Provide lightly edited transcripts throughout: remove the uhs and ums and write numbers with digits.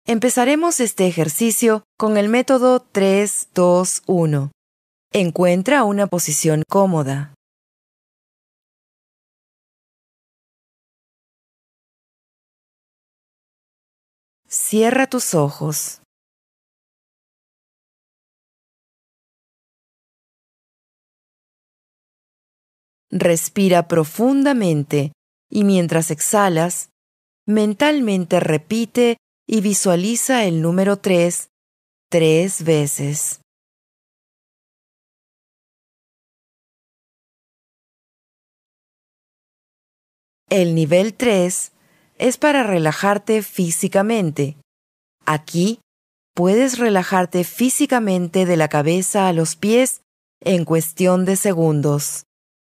Empezaremos este ejercicio con el método 3-2-1. Encuentra una posición cómoda. Cierra tus ojos. Respira profundamente y mientras exhalas, mentalmente repite y visualiza el número 3 veces. El nivel 3 es para relajarte físicamente. Aquí puedes relajarte físicamente de la cabeza a los pies en cuestión de segundos.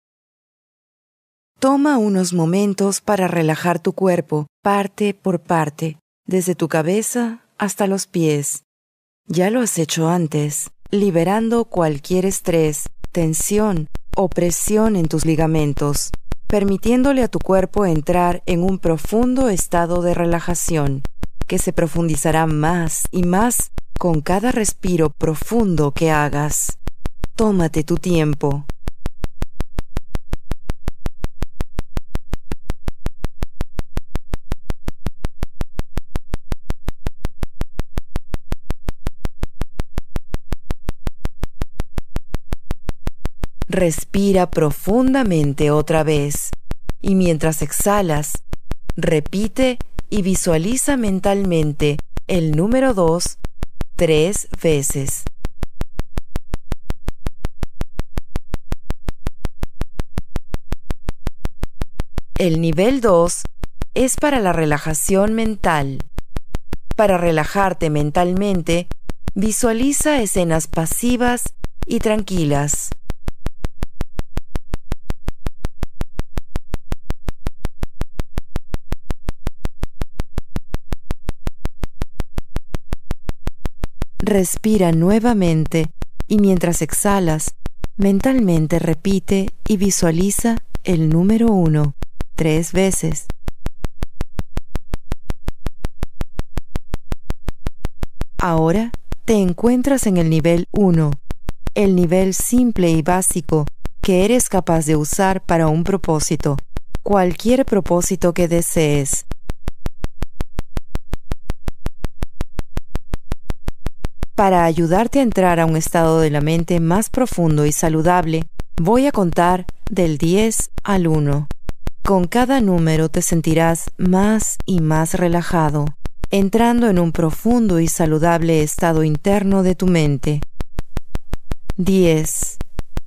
Toma unos momentos para relajar tu cuerpo, parte por parte, desde tu cabeza hasta los pies. Ya lo has hecho antes, liberando cualquier estrés, tensión o presión en tus ligamentos, permitiéndole a tu cuerpo entrar en un profundo estado de relajación, que se profundizará más y más con cada respiro profundo que hagas. Tómate tu tiempo. Respira profundamente otra vez y mientras exhalas, repite y visualiza mentalmente el número 2 3 veces. El nivel 2 es para la relajación mental. Para relajarte mentalmente, visualiza escenas pasivas y tranquilas. Respira nuevamente y mientras exhalas, mentalmente repite y visualiza el número 1 3 veces. Ahora te encuentras en el nivel 1, el nivel simple y básico que eres capaz de usar para un propósito, cualquier propósito que desees. Para ayudarte a entrar a un estado de la mente más profundo y saludable, voy a contar del 10 al 1. Con cada número te sentirás más y más relajado, entrando en un profundo y saludable estado interno de tu mente. 10.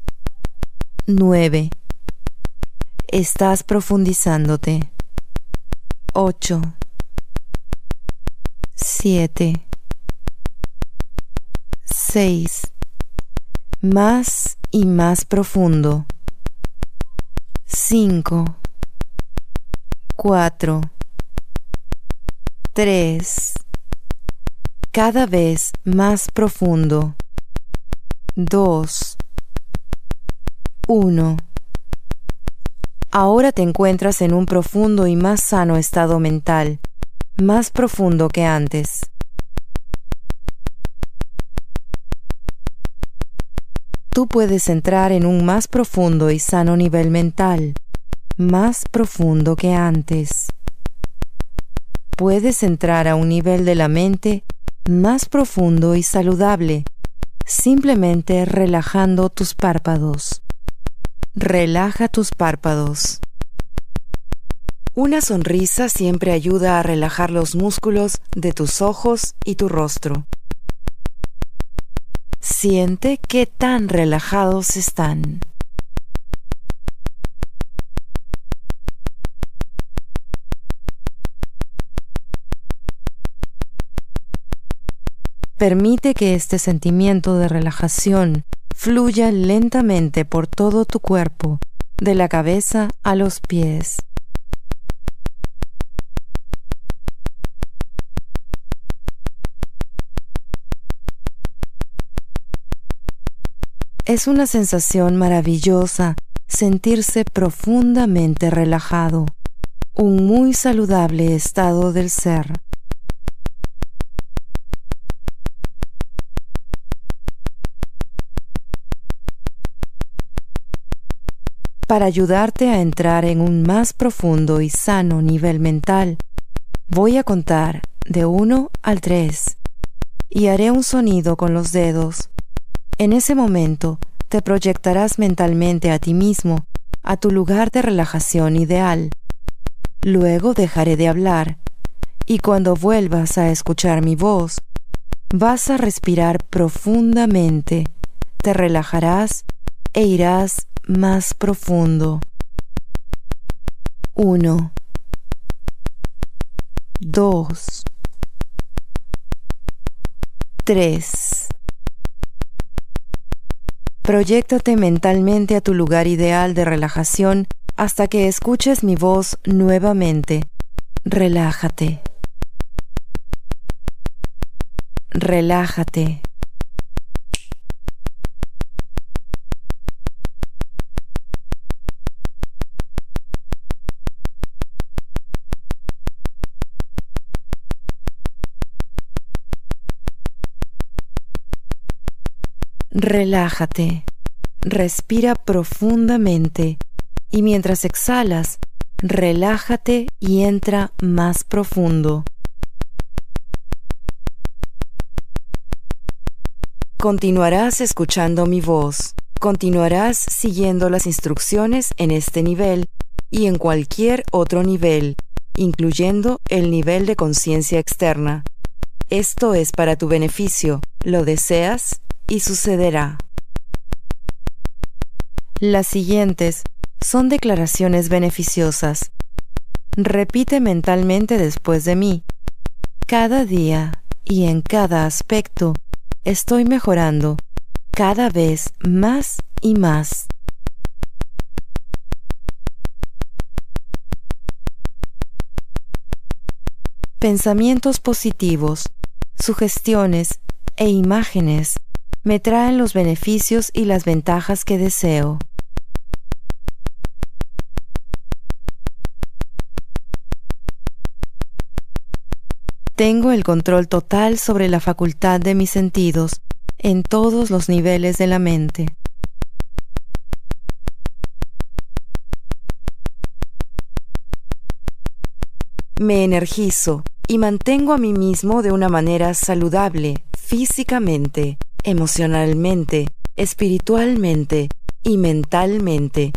9. Estás profundizándote. 8. 7. 6. Más y más profundo. 5. 4. 3. Cada vez más profundo. 2. 1. Ahora te encuentras en un profundo y más sano estado mental, más profundo que antes. Tú puedes entrar en un más profundo y sano nivel mental, más profundo que antes. Puedes entrar a un nivel de la mente más profundo y saludable, simplemente relajando tus párpados. Relaja tus párpados. Una sonrisa siempre ayuda a relajar los músculos de tus ojos y tu rostro. Siente qué tan relajados están. Permite que este sentimiento de relajación fluya lentamente por todo tu cuerpo, de la cabeza a los pies. Es una sensación maravillosa sentirse profundamente relajado, un muy saludable estado del ser. Para ayudarte a entrar en un más profundo y sano nivel mental, voy a contar de 1 al 3 y haré un sonido con los dedos. En ese momento, te proyectarás mentalmente a ti mismo, a tu lugar de relajación ideal. Luego dejaré de hablar, y cuando vuelvas a escuchar mi voz, vas a respirar profundamente, te relajarás e irás más profundo. 1, 2, 3. Proyéctate mentalmente a tu lugar ideal de relajación hasta que escuches mi voz nuevamente. Relájate. Relájate. Relájate. Respira profundamente y mientras exhalas, relájate y entra más profundo. Continuarás escuchando mi voz. Continuarás siguiendo las instrucciones en este nivel y en cualquier otro nivel, incluyendo el nivel de conciencia externa. Esto es para tu beneficio. ¿Lo deseas? Y sucederá. Las siguientes son declaraciones beneficiosas. Repite mentalmente después de mí. Cada día y en cada aspecto estoy mejorando cada vez más y más. Pensamientos positivos, sugestiones e imágenes me traen los beneficios y las ventajas que deseo. Tengo el control total sobre la facultad de mis sentidos en todos los niveles de la mente. Me energizo y mantengo a mí mismo de una manera saludable, físicamente, emocionalmente, espiritualmente y mentalmente.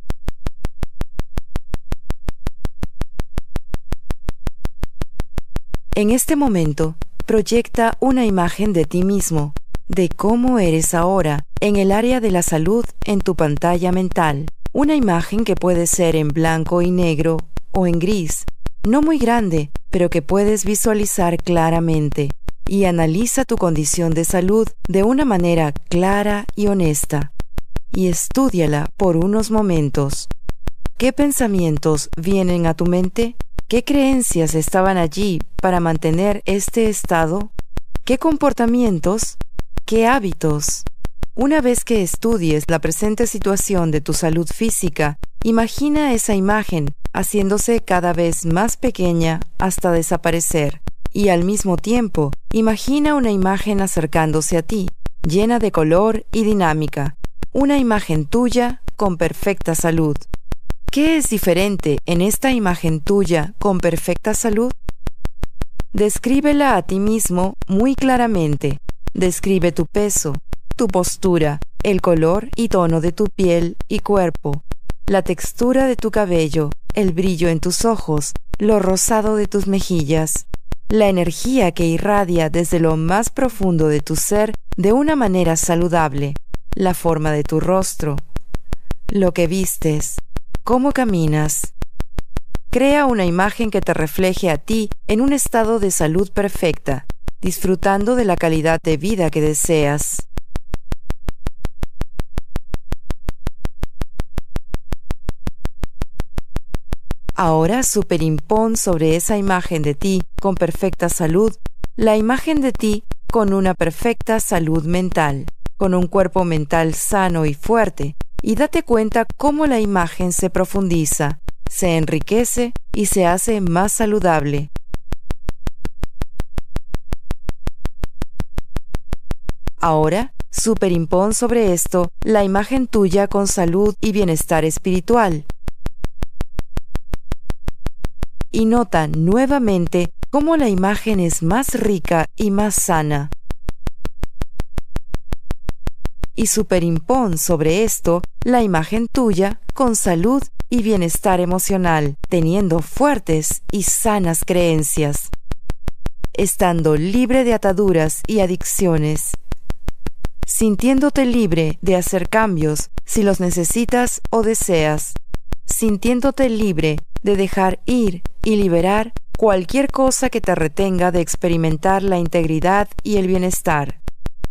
En este momento, proyecta una imagen de ti mismo, de cómo eres ahora, en el área de la salud en tu pantalla mental. Una imagen que puede ser en blanco y negro o en gris, no muy grande, pero que puedes visualizar claramente. Y analiza tu condición de salud de una manera clara y honesta. Y estúdiala por unos momentos. ¿Qué pensamientos vienen a tu mente? ¿Qué creencias estaban allí para mantener este estado? ¿Qué comportamientos? ¿Qué hábitos? Una vez que estudies la presente situación de tu salud física, imagina esa imagen haciéndose cada vez más pequeña hasta desaparecer. Y al mismo tiempo, imagina una imagen acercándose a ti, llena de color y dinámica. Una imagen tuya con perfecta salud. ¿Qué es diferente en esta imagen tuya con perfecta salud? Descríbela a ti mismo muy claramente. Describe tu peso, tu postura, el color y tono de tu piel y cuerpo, la textura de tu cabello, el brillo en tus ojos, lo rosado de tus mejillas, la energía que irradia desde lo más profundo de tu ser de una manera saludable, la forma de tu rostro, lo que vistes, cómo caminas. Crea una imagen que te refleje a ti en un estado de salud perfecta, disfrutando de la calidad de vida que deseas. Ahora superimpón sobre esa imagen de ti con perfecta salud, la imagen de ti con una perfecta salud mental, con un cuerpo mental sano y fuerte, y date cuenta cómo la imagen se profundiza, se enriquece y se hace más saludable. Ahora, Superimpón sobre esto la imagen tuya con salud y bienestar espiritual. Y nota nuevamente cómo la imagen es más rica y más sana. Y superimpón sobre esto la imagen tuya con salud y bienestar emocional, teniendo fuertes y sanas creencias, estando libre de ataduras y adicciones, sintiéndote libre de hacer cambios si los necesitas o deseas, sintiéndote libre de dejar ir y liberar cualquier cosa que te retenga de experimentar la integridad y el bienestar.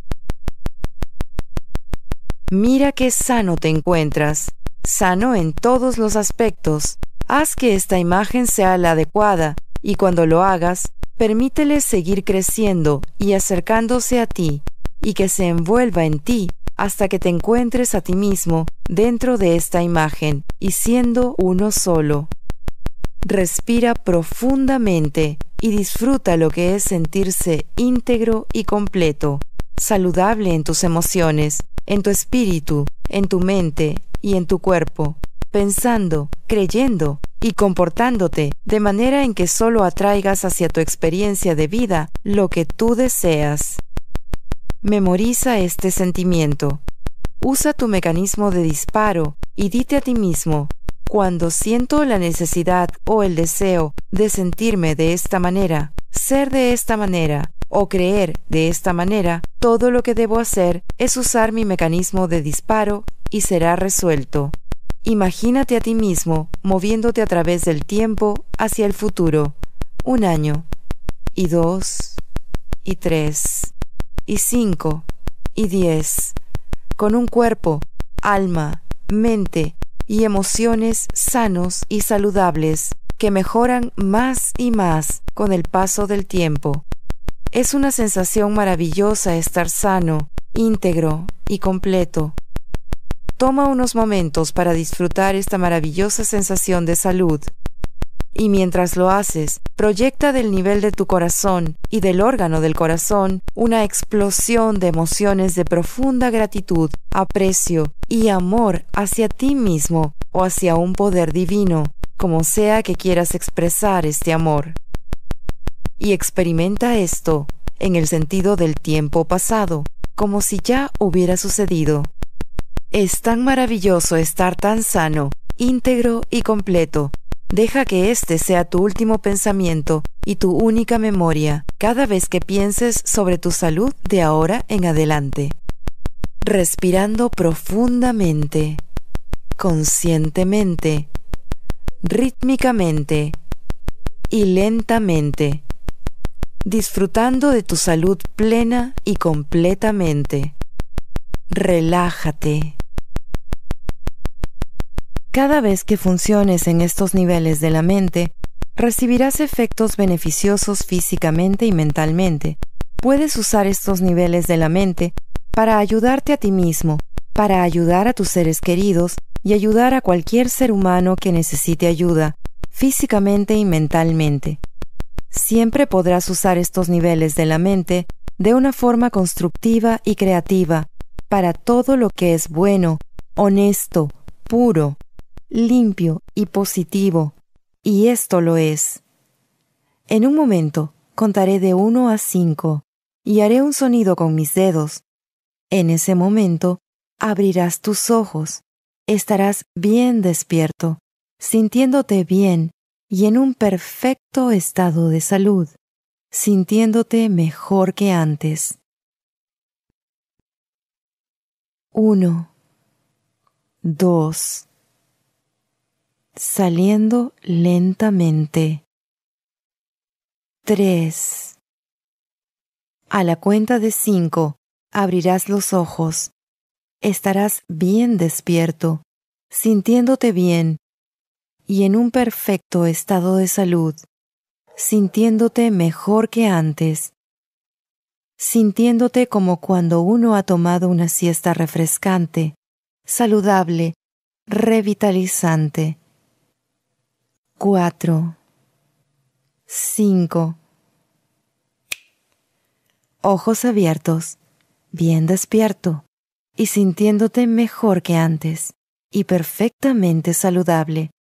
Mira qué sano te encuentras, sano en todos los aspectos. Haz que esta imagen sea la adecuada y cuando lo hagas, permítele seguir creciendo y acercándose a ti y que se envuelva en ti hasta que te encuentres a ti mismo dentro de esta imagen y siendo uno solo. Respira profundamente y disfruta lo que es sentirse íntegro y completo, saludable en tus emociones, en tu espíritu, en tu mente y en tu cuerpo, pensando, creyendo y comportándote de manera en que solo atraigas hacia tu experiencia de vida lo que tú deseas. Memoriza este sentimiento. Usa tu mecanismo de disparo y dite a ti mismo: cuando siento la necesidad o el deseo de sentirme de esta manera, ser de esta manera o creer de esta manera, todo lo que debo hacer es usar mi mecanismo de disparo y será resuelto. Imagínate a ti mismo moviéndote a través del tiempo hacia el futuro, 1 año, y 2, y 3, y 5, y 10, con un cuerpo, alma, mente y emociones sanos y saludables que mejoran más y más con el paso del tiempo. Es una sensación maravillosa estar sano, íntegro y completo. Toma unos momentos para disfrutar esta maravillosa sensación de salud. Y mientras lo haces, proyecta del nivel de tu corazón y del órgano del corazón una explosión de emociones de profunda gratitud, aprecio y amor hacia ti mismo o hacia un poder divino, como sea que quieras expresar este amor. Y experimenta esto en el sentido del tiempo pasado, como si ya hubiera sucedido. Es tan maravilloso estar tan sano, íntegro y completo. Deja que este sea tu último pensamiento y tu única memoria cada vez que pienses sobre tu salud de ahora en adelante. Respirando profundamente, conscientemente, rítmicamente y lentamente, disfrutando de tu salud plena y completamente. Relájate. Cada vez que funciones en estos niveles de la mente, recibirás efectos beneficiosos físicamente y mentalmente. Puedes usar estos niveles de la mente para ayudarte a ti mismo, para ayudar a tus seres queridos y ayudar a cualquier ser humano que necesite ayuda, físicamente y mentalmente. Siempre podrás usar estos niveles de la mente de una forma constructiva y creativa para todo lo que es bueno, honesto, puro, limpio y positivo, y esto lo es. En un momento contaré de 1 a 5 y haré un sonido con mis dedos. En ese momento abrirás tus ojos, estarás bien despierto, sintiéndote bien y en un perfecto estado de salud, sintiéndote mejor que antes. 1, 2, saliendo lentamente. 3. A la cuenta de 5, abrirás los ojos. Estarás bien despierto, sintiéndote bien y en un perfecto estado de salud, sintiéndote mejor que antes, sintiéndote como cuando uno ha tomado una siesta refrescante, saludable, revitalizante. 4, 5. Ojos abiertos. bien despierto y sintiéndote mejor que antes y perfectamente saludable.